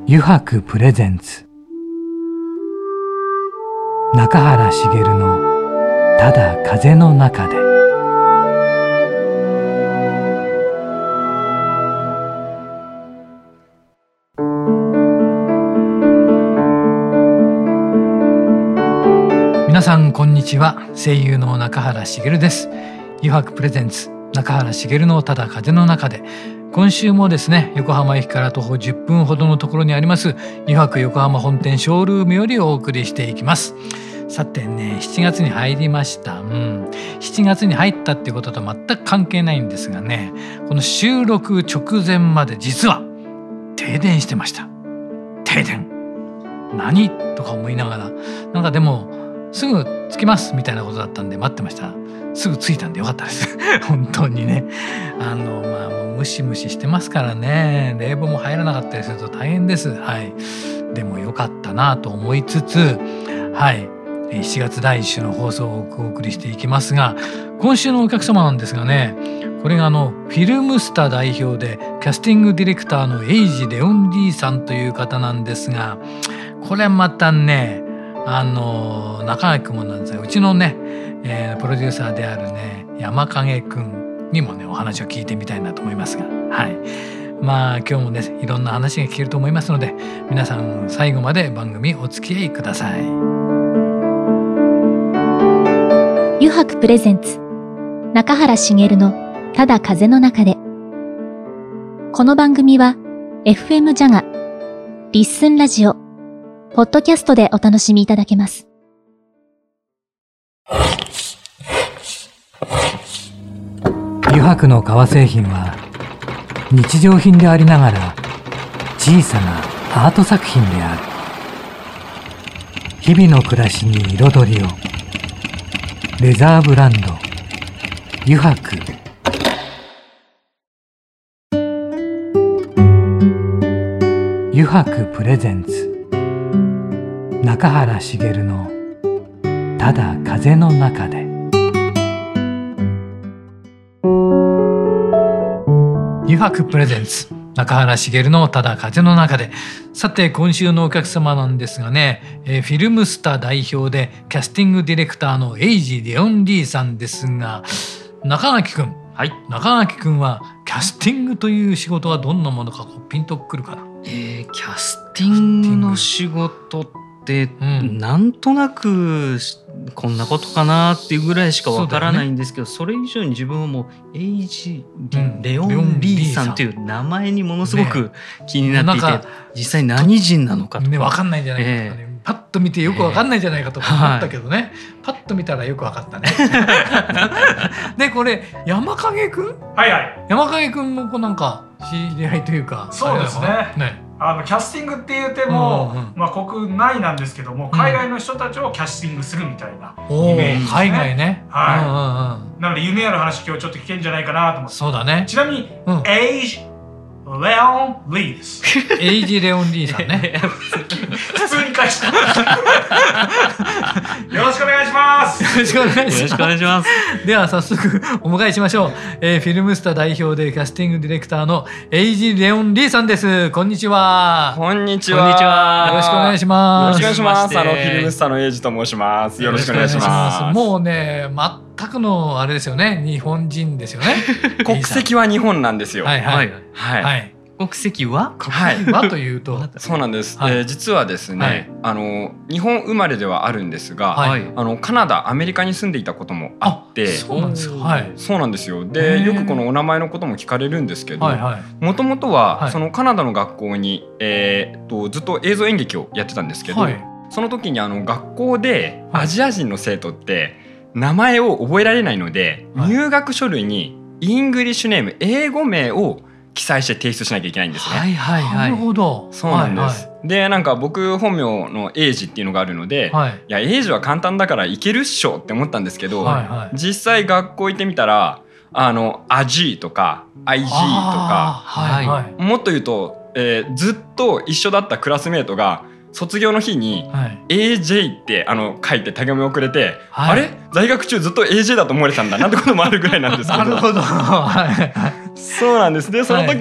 油白プレゼンツ中原茂のただ風の中で。皆さんこんにちは。声優の中原茂です。油白プレゼンツ中原茂のただ風の中で、今週もですね、横浜駅から徒歩10分ほどのところにあります油白横浜本店ショールームよりお送りしていきます。さてね、7月に入りました。7月に入ったっていうことと全く関係ないんですがね、この収録直前まで実は停電してました。停電何とか思いながら、なんかでもすぐ着きますみたいなことだったんで待ってました。すぐ着いたんでよかったです本当にね、もうムシムシしてますからね、冷房も入らなかったりすると大変です。でもよかったなと思いつつ、7月第1週の放送をお送りしていきますが、今週のお客様なんですがね、これがフィルムスタ代表でキャスティングディレクターのエイジ・レオン・リーさんという方なんですが、これまたね、中垣君もなんですが、うちのね、プロデューサーであるね山影くんにもねお話を聞いてみたいなと思いますが、今日もねいろんな話が聞けると思いますので、皆さん最後まで番組お付き合いください。 油白プレゼンツ中原茂のただ風の中で。この番組は FM ジャガ、リッスンラジオ、ポッドキャストでお楽しみいただけます。 油白の革製品は日常品でありながら小さなアート作品である。日々の暮らしに彩りを。レザーブランド油白。油白プレゼンツ中原茂のただ風の中で。油白プレゼンツ中原茂のただ風の中で。さて今週のお客様なんですがね、フィルムスタ代表でキャスティングディレクターのエイジ・レオン・リーさんですが、中垣くん、中垣くんはキャスティングという仕事はどんなものかピンとくるかな。 キャスティングの仕事ってなんとなくこんなことかなっていうぐらいしかわからないんですけど、 それ以上に自分はもうエイジ・レオン・リーさんという名前にものすごく気になっていて、実際何人なのかとか分かんないんじゃないかとかね、パッと見てよく分かんないんじゃないかとか思ったけどね、パッと見たらよく分かったねでこれ山影くん、山影くんもなんか知り合いというか。 そうですね。キャスティングって言っても、国内なんですけども、海外の人たちをキャスティングするみたいなイメージですね。 海外ね。 なので夢ある話今日ちょっと聞けるんじゃないかなと思って。 そうだね。 ちなみに、エイジ・レオン・リーです。 エイジ・レオン・リーさんね普通に返したよろしくお願いします。 よろしくお願いします。 よろしくお願いしますでは早速お迎えしましょう。フィルムスタ代表でキャスティングディレクターのエイジ・レオン・リーさんです。こんにちは。 こんにちは。 よろしくお願いします。 よろしくお願いします。フィルムスタのエイジと申します。よろしくお願いします。 もうね、全くのあれですよね、日本人ですよね国籍は日本なんですよ。 国籍はというとそうなんです。実はですね、日本生まれではあるんですが、カナダ、アメリカに住んでいたこともあって。 そうなんですよ。 そうなんですよ。で、よくこのお名前のことも聞かれるんですけど、もともとはそのカナダの学校にずっと映像演劇をやってたんですけど、その時に学校でアジア人の生徒って名前を覚えられないので、入学書類にイングリッシュネーム、英語名を記載して提出しなきゃいけないんですね。 なるほど。 そうなんです。で、なんか僕本名のエイジっていうのがあるので、いやエイジは簡単だからいけるっしょって思ったんですけど、実際学校行ってみたらアジとか IG とか、もっと言うと、ずっと一緒だったクラスメートが卒業の日に AJ って書いて手紙をくれて、あれ在学中ずっと AJ だと思われてたんだなんてこともあるぐらいなんですけど。 なるほど。 そうなんです。でその時に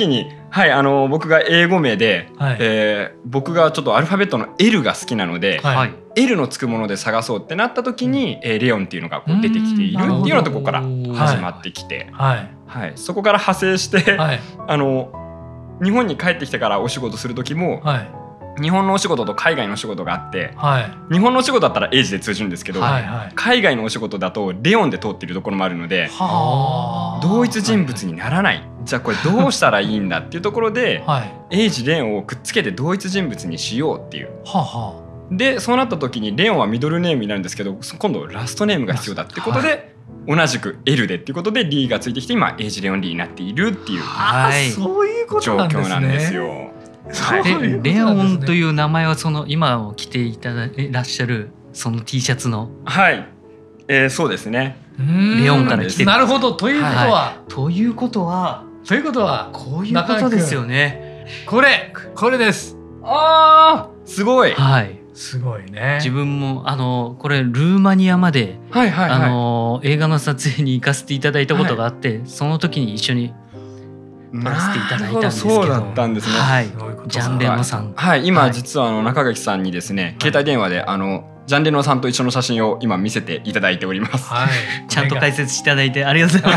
はい、僕が英語名で、僕がちょっとアルファベットの L が好きなので、L のつくもので探そうってなった時に、レオンっていうのがこう出てきているっていうようなところから始まってきて、そこから派生して、日本に帰ってきてからお仕事する時も、日本のお仕事と海外のお仕事があって、日本のお仕事だったら英字で通じるんですけど、海外のお仕事だとレオンで通っているところもあるので、同一人物にならない、じゃあこれどうしたらいいんだっていうところで、英字レオンをくっつけて同一人物にしようっていう。でそうなった時にレオンはミドルネームになるんですけど、今度ラストネームが必要だってことで、同じく L でっていうことでリーがついてきて、今英字レオンリーになっているっていうそういうことなんですね。 状況なんですよ。 レオンという名前はその今を着ていただいらっしゃるその T シャツの、 そうですね。 レオンから来てる。 なるほど。ということはこういうことですよね。 これです。 すごい。 すごいね。 自分もこれルーマニアまで映画の撮影に行かせていただいたことがあって、その時に一緒に撮らせていただいたんですけど、 そうだったんですね。 ジャン・レノさん。 今実は中垣さんにですね、携帯電話でジャン・レノさんと一緒の写真を今見せていただいております。 ちゃんと解説していただいてありがとうござい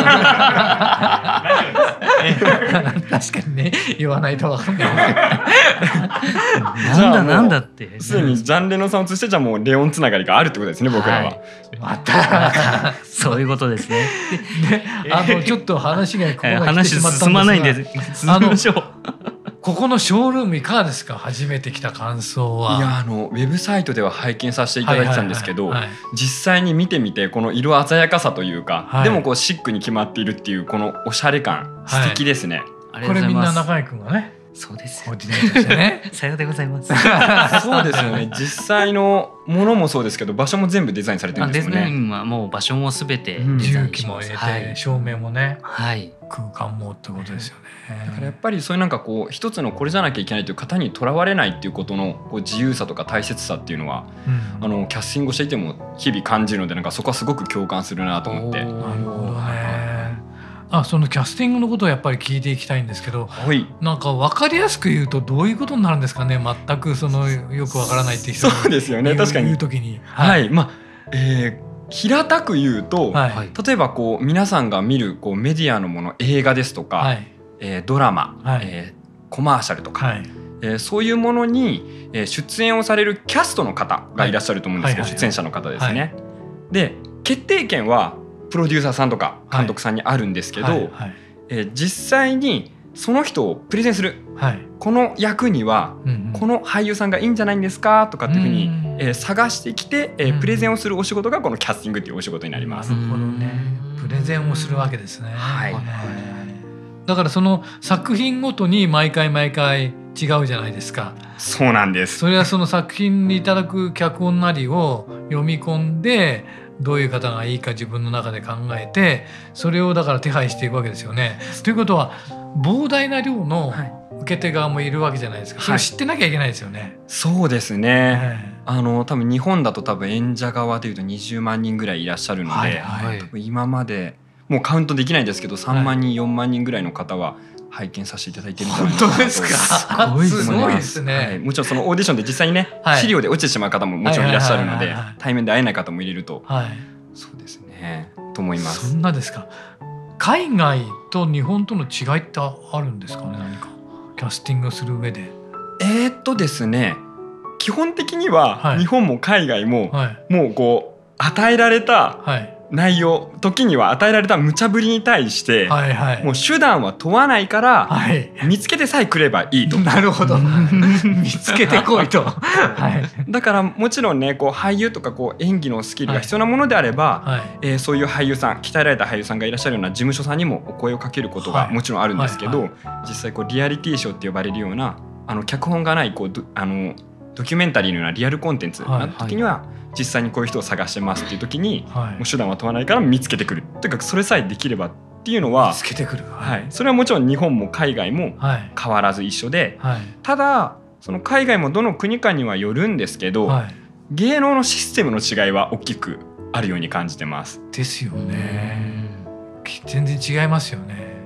ます。確かにね、言わないと分かんない。 なんだってすでにジャン・レノさんを映して、じゃあもうレオンつながりがあるってことですね、僕らは。 またそういうことですね。 ちょっと話が話進まないんで進みましょう。 ここのショールームいかがですか？初めて来た感想は。 いやウェブサイトでは拝見させていただいてたんですけど、実際に見てみてこの色鮮やかさというか、でもこうシックに決まっているっていうこのおしゃれ感、素敵ですね。 これみんな中井くんがね。 そうです。 コーディネートしてね。 さようでございます。 そうですよね。実際のものもそうですけど、場所も全部デザインされてるんですよね。 デザインはもう場所もすべて重機も入れて、照明もね、空間もってことですよね。 だからやっぱりそういうなんかこう一つのこれじゃなきゃいけないという型にとらわれないっていうことのこう自由さとか大切さっていうのは、キャスティングをしていても日々感じるので、なんかそこはすごく共感するなと思って。 なるほどね。そのキャスティングのことをやっぱり聞いていきたいんですけど、なんか分かりやすく言うとどういうことになるんですかね。全くよく分からないっていう人そうですよね。確かに言う時に、 平たく言うと、例えばこう皆さんが見るこうメディアのもの、映画ですとか、ドラマ、コマーシャルとか、そういうものに出演をされるキャストの方がいらっしゃると思うんですけど、出演者の方ですね。で決定権はプロデューサーさんとか監督さんにあるんですけど、実際にその人をプレゼンする、この役にはこの俳優さんがいいんじゃないんですかとかっていうふうに探してきてプレゼンをするお仕事がこのキャスティングっていうお仕事になります。 なるほどね。プレゼンをするわけですね。だからその作品ごとに毎回違うじゃないですか。 そうなんです。 それはその作品にいただく脚本なりを読み込んで、どういう方がいいか自分の中で考えて、それをだから手配していくわけですよね。ということは膨大な量の受け手側もいるわけじゃないですか。それ知ってなきゃいけないですよね。 そうですね。多分日本だと演者側でいうと20万人ぐらいいらっしゃるので、多分今までもうカウントできないですけど3万人、4万人ぐらいの方は拝見させていただいてるんじゃないかなと。 本当ですか？すごいですね。 もちろんそのオーディションで実際にね、資料で落ちてしまう方ももちろんいらっしゃるので、対面で会えない方も入れると、そうですねと思います。 そんなですか。海外と日本との違いってあるんですかね。何かキャスティングをする上で。 ですね、基本的には日本も海外ももうこう与えられた内容、時には与えられた無茶ぶりに対して、もう手段は問わないから、見つけてさえくればいいと。 なるほど。見つけてこいと。 だからもちろんね、こう俳優とかこう演技のスキルが必要なものであれば、そういう俳優さん、鍛えられた俳優さんがいらっしゃるような事務所さんにもお声をかけることがもちろんあるんですけど、実際こうリアリティショーって呼ばれるような脚本がないこうドキュメンタリーのようなリアルコンテンツな時には、実際にこういう人を探してますっていう時に、もう手段は問わないから見つけてくるというか、それさえできればっていうのは見つけてくる、 それはもちろん日本も海外も変わらず一緒で、ただその海外もどの国かにはよるんですけど、芸能のシステムの違いは大きくあるように感じてます。 ですよね。全然違いますよね。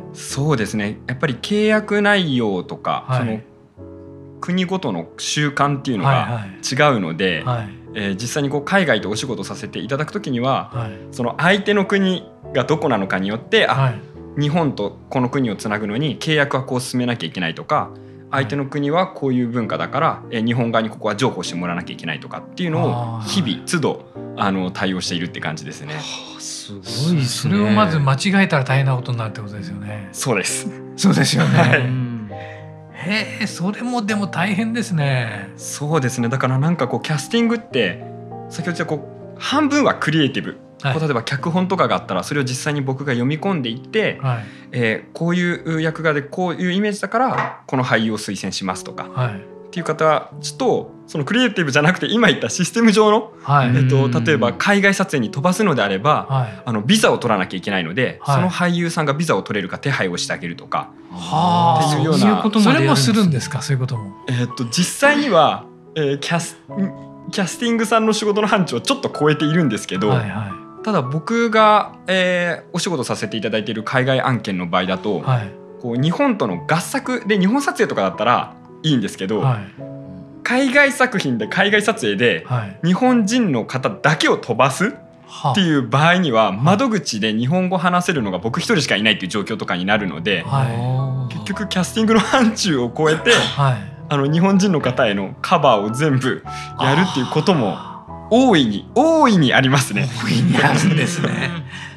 そうですね、やっぱり契約内容とか、その国ごとの習慣っていうのが違うので、実際にこう海外とお仕事させていただくときには、その相手の国がどこなのかによって、日本とこの国をつなぐのに契約はこう進めなきゃいけないとか、相手の国はこういう文化だから、日本側にここは譲歩してもらわなきゃいけないとかっていうのを日々都度対応しているって感じですね。 すごいですね。 それをまず間違えたら大変なことになるってことですよね。 そうです。 そうですよね。へえ、それもでも大変ですね。 そうですね。だからなんかこうキャスティングって先ほど言ったこう半分はクリエイティブ、例えば脚本とかがあったらそれを実際に僕が読み込んでいって、こういう役柄でこういうイメージだからこの俳優を推薦しますとか、っていう方とそのクリエイティブじゃなくて今言ったシステム上の、例えば海外撮影に飛ばすのであれば、ビザを取らなきゃいけないので、その俳優さんがビザを取れるか手配をしてあげるとか、 っていうような、それもするんですか？そういうことも。 実際には、キャスティングさんの仕事の範疇をちょっと超えているんですけど、ただ僕が、お仕事させていただいている海外案件の場合だと、こう日本との合作で日本撮影とかだったらいいんですけど、海外作品で海外撮影で日本人の方だけを飛ばすっていう場合には窓口で日本語話せるのが僕一人しかいないっていう状況とかになるので、結局キャスティングの範疇を超えて、日本人の方へのカバーを全部やるっていうことも大いにありますね。 大いにあるんですね。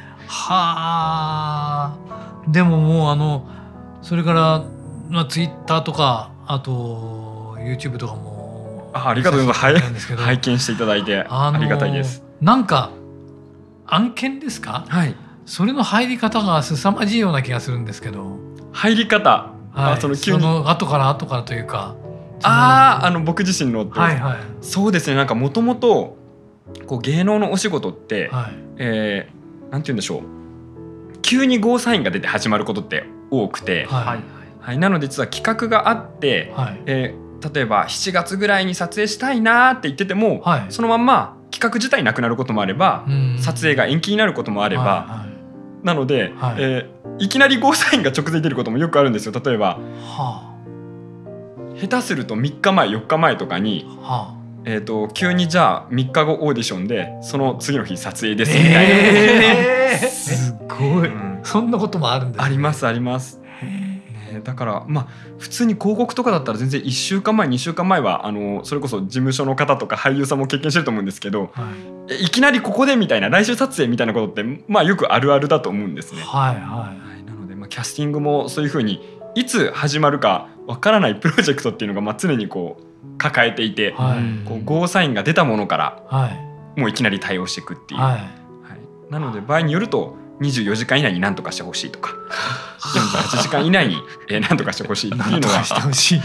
はあ。でももうそれからツイッターとかあと YouTube とかもありがとうございます。拝見していただいてありがたいです。 なんか案件ですか？それの入り方が凄まじいような気がするんですけど。 入り方、その急に後からというか。 僕自身の、そうですね。なんかもともと芸能のお仕事って、なんて言うんでしょう、急にゴーサインが出て始まることって多くて、なので実は企画があって、例えば7月ぐらいに撮影したいなって言ってても、そのまんま企画自体なくなることもあれば、撮影が延期になることもあれば、なので、いきなりゴーサインが直前に出ることもよくあるんですよ。例えば、下手すると3日前4日前とかに、急にじゃあ3日後オーディションでその次の日撮影ですみたいな、 すごい、そんなこともあるんですね。 ありますあります。だから普通に広告とかだったら全然1週間前2週間前はそれこそ事務所の方とか俳優さんも経験してると思うんですけど、いきなりここでみたいな来週撮影みたいなことってよくあるあるだと思うんですね。なのでキャスティングもそういうふうにいつ始まるかわからないプロジェクトっていうのが常に抱えていて、ゴーサインが出たものからもういきなり対応していくっていう、なので場合によると24時間以内に何とかしてほしいとか48時間以内に何とかしてほしいっていうのは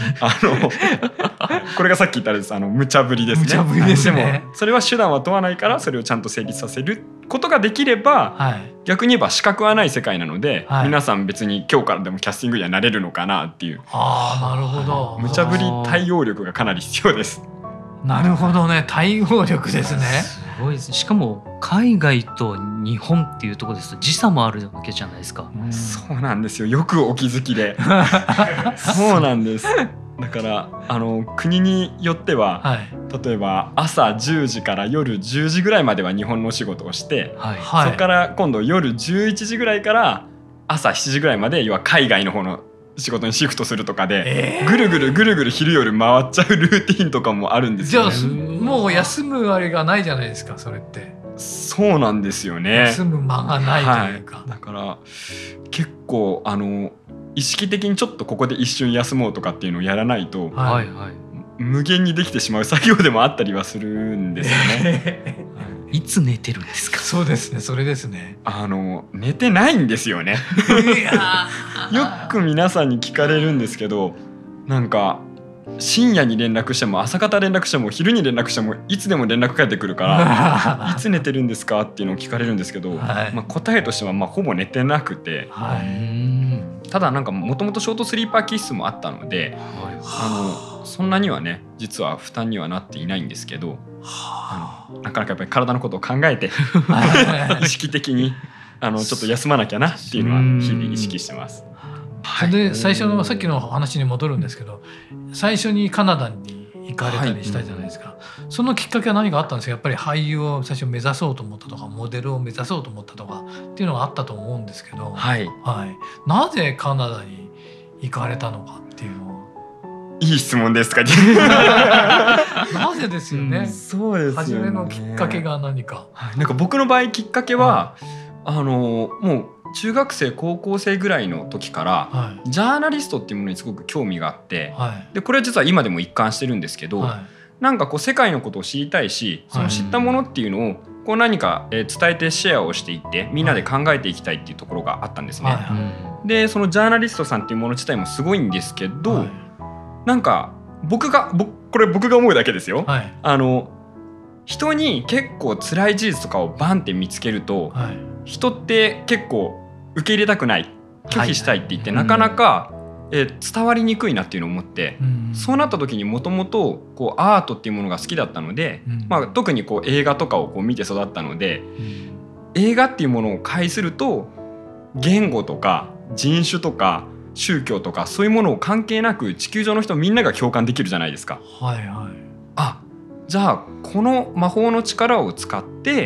これがさっき言ったです無茶ぶりですね。 無茶ぶりですね。 でもそれは手段は問わないからそれをちゃんと成立させることができれば、逆に言えば資格はない世界なので、皆さん別に今日からでもキャスティングにはなれるのかなっていう。 なるほど。 無茶ぶり対応力がかなり必要です。 なるほどね、対応力ですね。 すごいですね。しかも海外と日本っていうところですと時差もあるわけじゃないですか。 そうなんですよ。よくお気づきでそうなんです。だから国によっては、例えば朝10時から夜10時ぐらいまでは日本のお仕事をして、そこから今度夜11時ぐらいから朝7時ぐらいまで要は海外の方の仕事にシフトするとかで、ぐるぐる昼夜回っちゃうルーティンとかもあるんですよね。 じゃあもう休むあれがないじゃないですか、それって。 そうなんですよね。 休む間がないというか、 だから結構意識的にちょっとここで一瞬休もうとかっていうのをやらないと、無限にできてしまう作業でもあったりはするんですよね。 いつ寝てるんですか？ そうですね、それですね。 寝てないんですよね。よく皆さんに聞かれるんですけど、なんか深夜に連絡しても朝方連絡しても昼に連絡してもいつでも連絡返ってくるからいつ寝てるんですかっていうのを聞かれるんですけど、答えとしてはほぼ寝てなくて、ただなんかもともとショートスリーパー気質もあったので、そんなにはね実は負担にはなっていないんですけど、なかなかやっぱり体のことを考えて意識的にちょっと休まなきゃなっていうのは日々意識してます。 それで最初のさっきの話に戻るんですけど、最初にカナダに行かれたりしたじゃないですか、そのきっかけは何があったんですか？やっぱり俳優を最初目指そうと思ったとか、モデルを目指そうと思ったとかっていうのがあったと思うんですけど、なぜカナダに行かれたのかっていうのを。 いい質問ですか。 なぜですよね。 そうですよね。 初めのきっかけが何か。 なんか僕の場合きっかけは、もう中学生高校生ぐらいの時から、ジャーナリストっていうものにすごく興味があって、でこれは実は今でも一貫してるんですけど、なんかこう世界のことを知りたいし、その知ったものっていうのをこう何か伝えてシェアをしていってみんなで考えていきたいっていうところがあったんですね。でそのジャーナリストさんっていうもの自体もすごいんですけど、なんか僕が思うだけですよ、人に結構辛い事実とかをバンって見つけると、人って結構受け入れたくない、拒否したいって言って、なかなか、伝わりにくいなっていうのを思って、そうなった時にもともとアートっていうものが好きだったので、特にこう映画とかをこう見て育ったので、映画っていうものを介すると言語とか人種とか宗教とかそういうものを関係なく地球上の人みんなが共感できるじゃないですか。じゃあこの魔法の力を使って、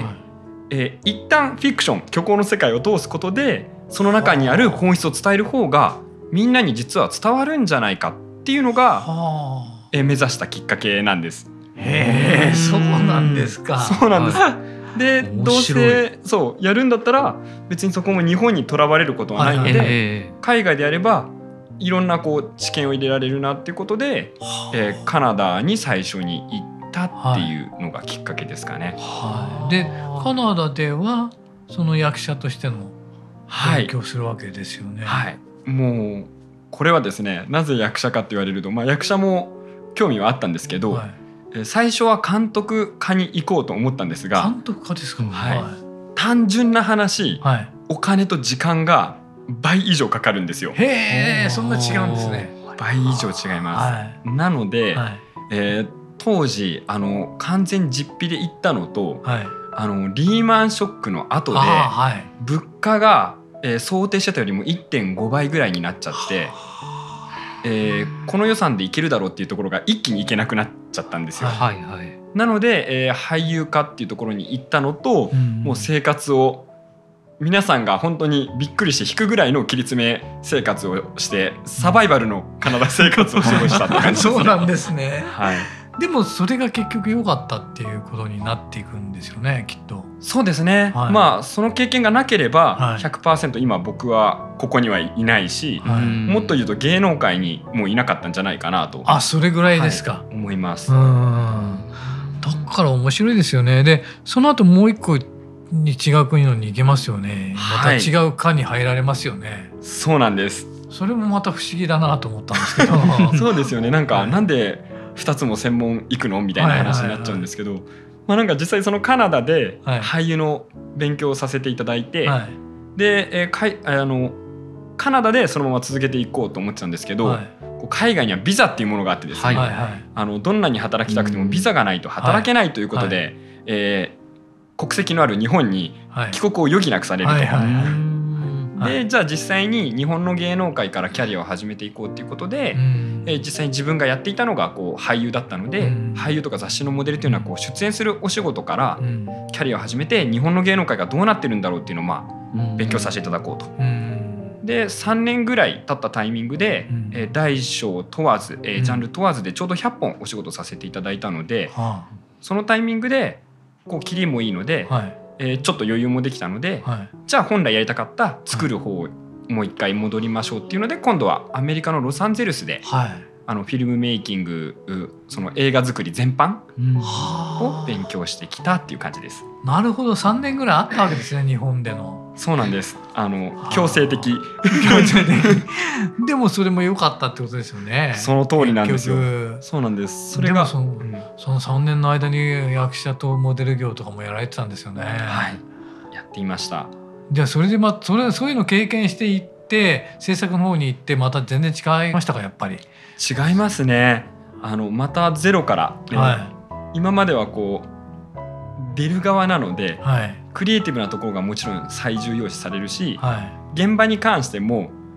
一旦フィクション虚構の世界を通すことでその中にある本質を伝える方がみんなに実は伝わるんじゃないかっていうのが、目指したきっかけなんです。 へえ、そうなんですか。 そうなんです。でどうせそうやるんだったら別にそこも日本にとらわれることはないので、海外でやればいろんなこう知見を入れられるなっていうことで、カナダに最初に行ったっていうのがきっかけですかね。 でカナダではその役者としての勉強するわけですよね。 もうこれはですね、なぜ役者かって言われると、役者も興味はあったんですけど、最初は監督科に行こうと思ったんですが、 監督科ですか。 単純な話、お金と時間が倍以上かかるんですよ。 へえ、そんな違うんですね。 倍以上違います。なので、当時完全実費で行ったのと、リーマンショックの後で物価が、想定してたよりも 1.5 倍ぐらいになっちゃって、この予算でいけるだろうっていうところが一気にいけなくなっちゃったんですよ。なので、俳優科っていうところに行ったのと、もう生活を皆さんが本当にびっくりして引くぐらいの切り詰め生活をしてサバイバルのカナダ生活を過ごしたって感じですね。 そうなんですね。でもそれが結局良かったっていうことになっていくんですよね、きっと。 そうですね、その経験がなければ 100% 今僕はここにはいないし、もっと言うと芸能界にもういなかったんじゃないかなと。 それぐらいですか。 思います。 だから面白いですよね。でその後もう一個に違う国のに行けますよね。また違う科に入られますよね。 そうなんです。 それもまた不思議だなと思ったんですけどそうですよね。なんで2つも専門行くのみたいな話になっちゃうんですけど、なんか実際そのカナダで俳優の勉強をさせていただいて、で、カナダでそのまま続けていこうと思ってたんですけど、海外にはビザっていうものがあってですね、どんなに働きたくてもビザがないと働けないということで、国籍のある日本に帰国を余儀なくされると。でじゃあ実際に日本の芸能界からキャリアを始めていこうっていうことで、実際に自分がやっていたのがこう俳優だったので、俳優とか雑誌のモデルというのはこう出演するお仕事からキャリアを始めて、日本の芸能界がどうなってるんだろうっていうのを勉強させていただこうと。で3年ぐらい経ったタイミングで、大小問わず、ジャンル問わずでちょうど100本お仕事させていただいたので、そのタイミングでこう切りもいいので、ちょっと余裕もできたので、じゃあ本来やりたかった作る方をもう一回戻りましょうっていうので、今度はアメリカのロサンゼルスで、フィルムメイキング、その映画作り全般を勉強してきたっていう感じです。 なるほど。3年ぐらいあったわけですね、日本での。 そうなんです。強制的でもそれも良かったってことですよね。 その通りなんですよ。そうなんです。それがその3年の間に役者とモデル業とかもやられてたんですよね。 やっていました。 じゃあそれでそういうの経験していって制作の方に行ってまた全然違いましたか？やっぱり違いますね。またゼロから、今まではこう出る側なので、クリエイティブなところがもちろん最重要視されるし、現場に関しても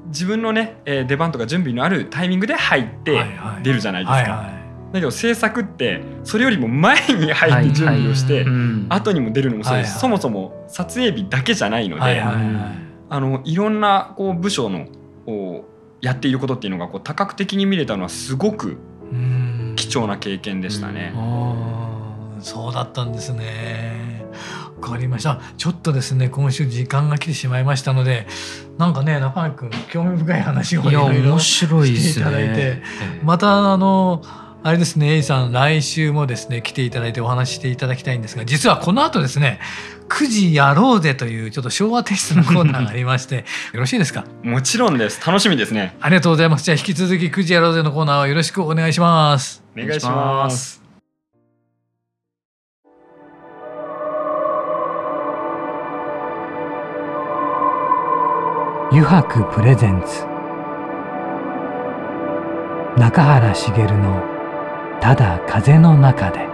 自分のね出番とか準備のあるタイミングで入って出るじゃないですか。だけど制作ってそれよりも前に入って準備をして後にも出るのもそうですし、そもそも撮影日だけじゃないので、いろんなこう部署のやっていることっていうのがこう多角的に見れたのはすごく貴重な経験でしたね。 そうだったんですね。わかりました。ちょっとですね今週時間が来てしまいましたので、なんかね中垣君興味深い話をいろいろしていただいて、またあれですね、エイさん来週もですね来ていただいてお話ししていただきたいんですが、実はこの後ですね9時やろうぜというちょっと昭和テイストのコーナーがありましてよろしいですか？ もちろんです。楽しみですね。 ありがとうございます。じゃあ引き続き9時やろうぜのコーナーをよろしくお願いします。 お願いします。 油白プレゼンツ中原茂のただ風の中で。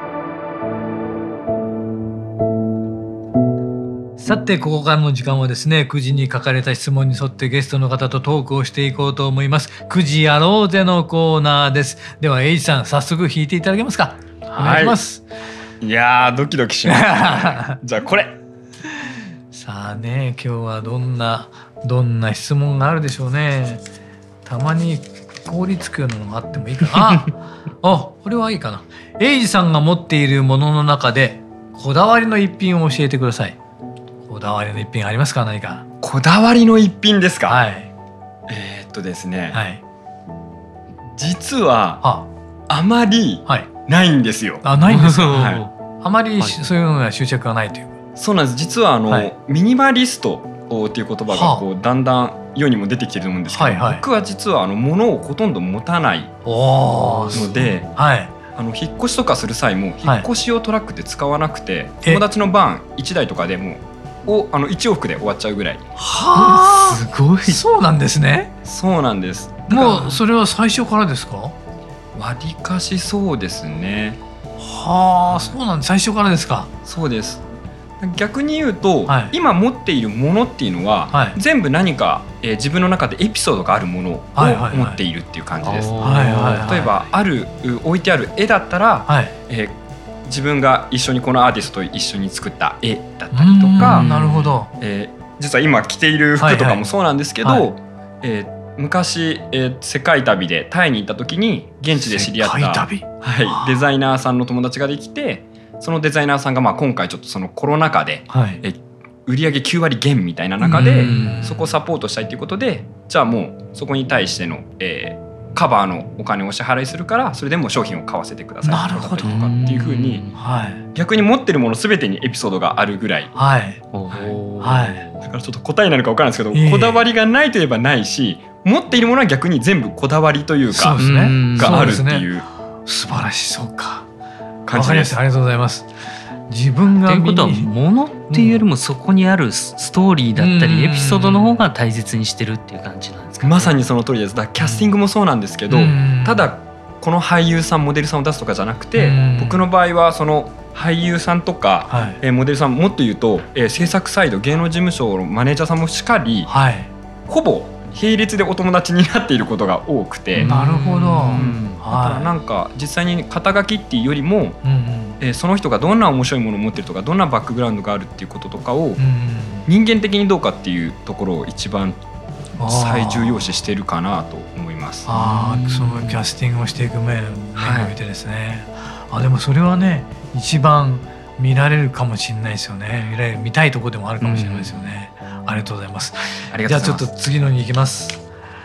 さてここからの時間はですね9時に書かれた質問に沿ってゲストの方とトークをしていこうと思います。9時やろうぜのコーナーです。ではエイジさん早速弾いていただけますか？お願いします。 いやードキドキします、ね、じゃあこれさあね今日はどんな質問があるでしょうね。たまに凍りつくようなのがあってもいいかなこれはいいかな。エイジさんが持っているものの中でこだわりの一品を教えてください。こだわりの一品ありますか？何かこだわりの一品ですか？ はい。 ですね、 はい、 実はあまりないんですよ。 ないんですか？はい、あまりそういうのが執着がないというか。 そうなんです。実はミニマリストっていう言葉がこうだんだん世にも出てきてると思うんですけど、僕は実は物をほとんど持たないので、引っ越しとかする際も引っ越し用トラックって使わなくて、友達のバン1台とかでも1往復で終わっちゃうぐらい。 すごい。そうなんですね。 そうなんです。 もうそれは最初からですか？ わりかしそうですね。 そうなんです。最初からですか？ そうです。逆に言うと、今持っているものっていうのは、全部何か、自分の中でエピソードがあるものを持っているっていう感じです。例えば置いてある絵だったら、自分が一緒にこのアーティストと一緒に作った絵だったりとか、 なるほど。 実は今着ている服とかもそうなんですけど、昔、世界旅でタイに行った時に現地で知り合った、デザイナーさんの友達ができて、そのデザイナーさんが今回ちょっとそのコロナ禍で、売上9割減みたいな中でそこをサポートしたいということで、じゃあもうそこに対しての、カバーのお金をお支払いするからそれでも商品を買わせてくださいとかっていう風に、逆に持ってるもの全てにエピソードがあるぐらい、だからちょっと答えになるか分からないですけど、こだわりがないといえばないし、持っているものは逆に全部こだわりというかがあるっていう。 素晴らしい。そうか。 わかりました。 ありがとうございます。自分がということは物っていうよりもそこにあるストーリーだったりエピソードの方が大切にしてるっていう感じなんですかね。 まさにその通りです。だからキャスティングもそうなんですけど、ただこの俳優さんモデルさんを出すとかじゃなくて、僕の場合はその俳優さんとか、モデルさんもっと言うと、制作サイド芸能事務所のマネージャーさんもしっかり、ほぼ並列でお友達になっていることが多くて。 なるほど。 だからなんか実際に肩書きっていうよりも、その人がどんな面白いものを持ってるとかどんなバックグラウンドがあるっていうこととかを、人間的にどうかっていうところを一番最重要視してるかなと思います。 そのキャスティングをしていく面においてですね。でもそれはね一番見られるかもしれないですよね。見たいところでもあるかもしれないですよね。ありがとうございます。じゃあちょっと次のに行きます。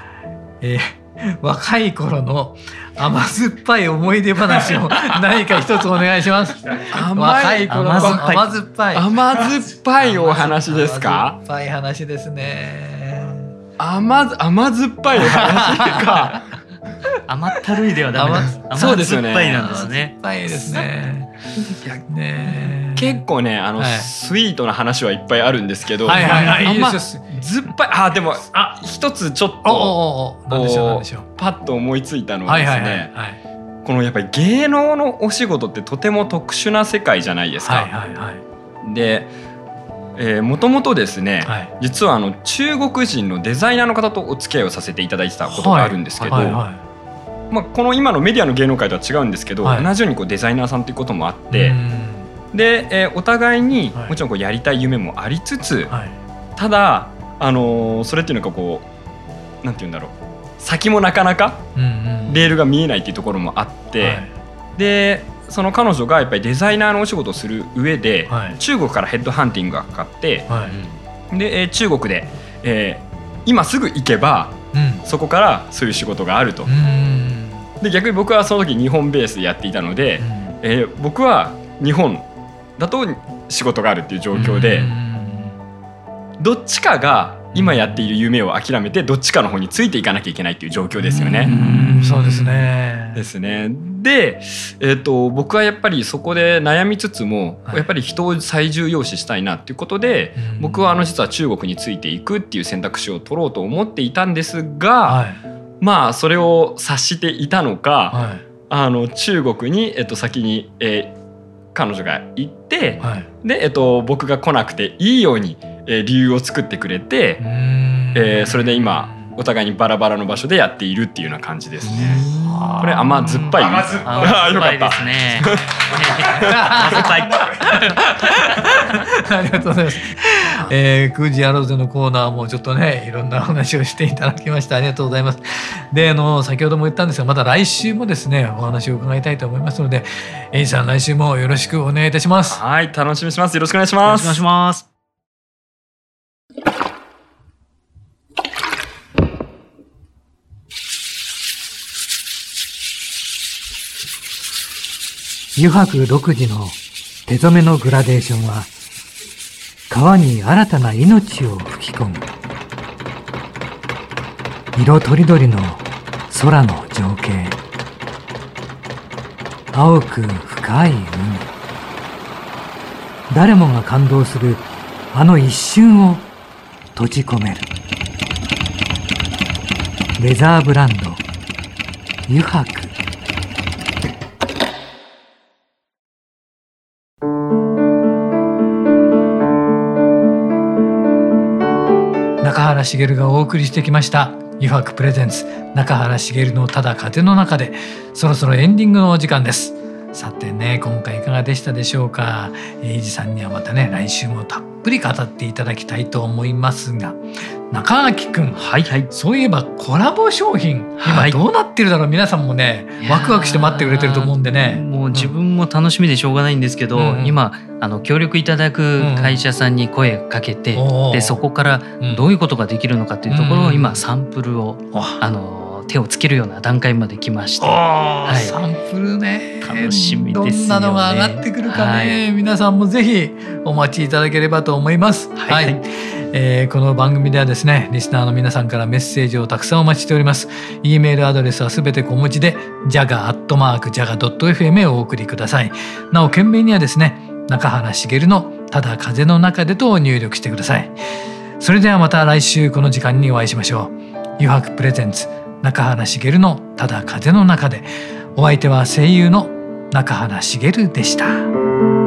若い頃の甘酸っぱい思い出話を何か一つお願いします。若い頃の甘酸っぱいお話ですか？ 甘酸っぱい話ですね。 甘酸っぱいお話か。 甘ったるいではダメなんです。甘酸っぱいなんですね。 甘酸っぱいですね。 結構ねスイートな話はいっぱいあるんですけど、酸っぱいでも一つちょっとパッと思いついたのはですね、このやっぱり芸能のお仕事ってとても特殊な世界じゃないですか。でもともとですね、実は中国人のデザイナーの方とお付き合いをさせていただいてたことがあるんですけど、この今のメディアの芸能界とは違うんですけど、同じようにデザイナーさんということもあって、で、お互いにもちろんやりたい夢もありつつ、ただそれっていうのがなんていうんだろう、先もなかなかレールが見えないっていうところもあって、でその彼女がやっぱりデザイナーのお仕事をする上で、中国からヘッドハンティングがかかって、で中国で、今すぐ行けば、そこからそういう仕事があると。で逆に僕はその時日本ベースでやっていたので、僕は日本だと仕事があるっていう状況で、どっちかが今やっている夢を諦めてどっちかの方についていかなきゃいけないっていう状況ですよね。 そうですね。 ですね。で、僕はやっぱりそこで悩みつつも、やっぱり人を最重要視したいなっていうことで、僕は実は中国についていくっていう選択肢を取ろうと思っていたんですが、まあそれを察していたのか、中国に、先に、彼女が行って、で、僕が来なくていいように、理由を作ってくれて、それで今お互いにバラバラの場所でやっているっていうような感じですね。これ甘酸っぱい。 甘酸っぱいですね。甘酸っぱい。 ありがとうございます。空時やろうぜのコーナーもちょっとね、いろんな話をしていただきましてありがとうございます。で、先ほども言ったんですが、また来週もですね、お話を伺いたいと思いますので、エイジさん来週もよろしくお願いいたします。 はい、楽しみにします。よろしくお願いします。 よろしくお願いします。 油白独自の手染めのグラデーションは、川に新たな命を吹き込む。色とりどりの空の情景。青く深い海。誰もが感動するあの一瞬を閉じ込める。レザーブランド、油白。中原茂がお送りしてきました油白プレゼンツ中原茂のただ風の中で、そろそろエンディングのお時間です。さてね、今回いかがでしたでしょうか。エイジさんにはまたね、来週もたっぷり語っていただきたいと思いますが、中垣くん、そういえばコラボ商品、今どうなってるだろう。皆さんもね、ワクワクして待ってくれてると思うんでね。 もう自分も楽しみでしょうがないんですけど、今協力いただく会社さんに声かけて、でそこからどういうことができるのかっていうところを今サンプルを手をつけるような段階まで来まして、 サンプルね、 楽しみですよね。 どんなのが上がってくるかね、皆さんもぜひお待ちいただければと思います。この番組ではですね、リスナーの皆さんからメッセージをたくさんお待ちしております。 E メールアドレスはすべて小文字で jaga@jaga.fm へお送りください。なお件名にはですね、中原茂のただ風の中でと入力してください。それではまた来週この時間にお会いしましょう。油白プレゼンツ中原茂のただ風の中で。お相手は声優の中原茂でした。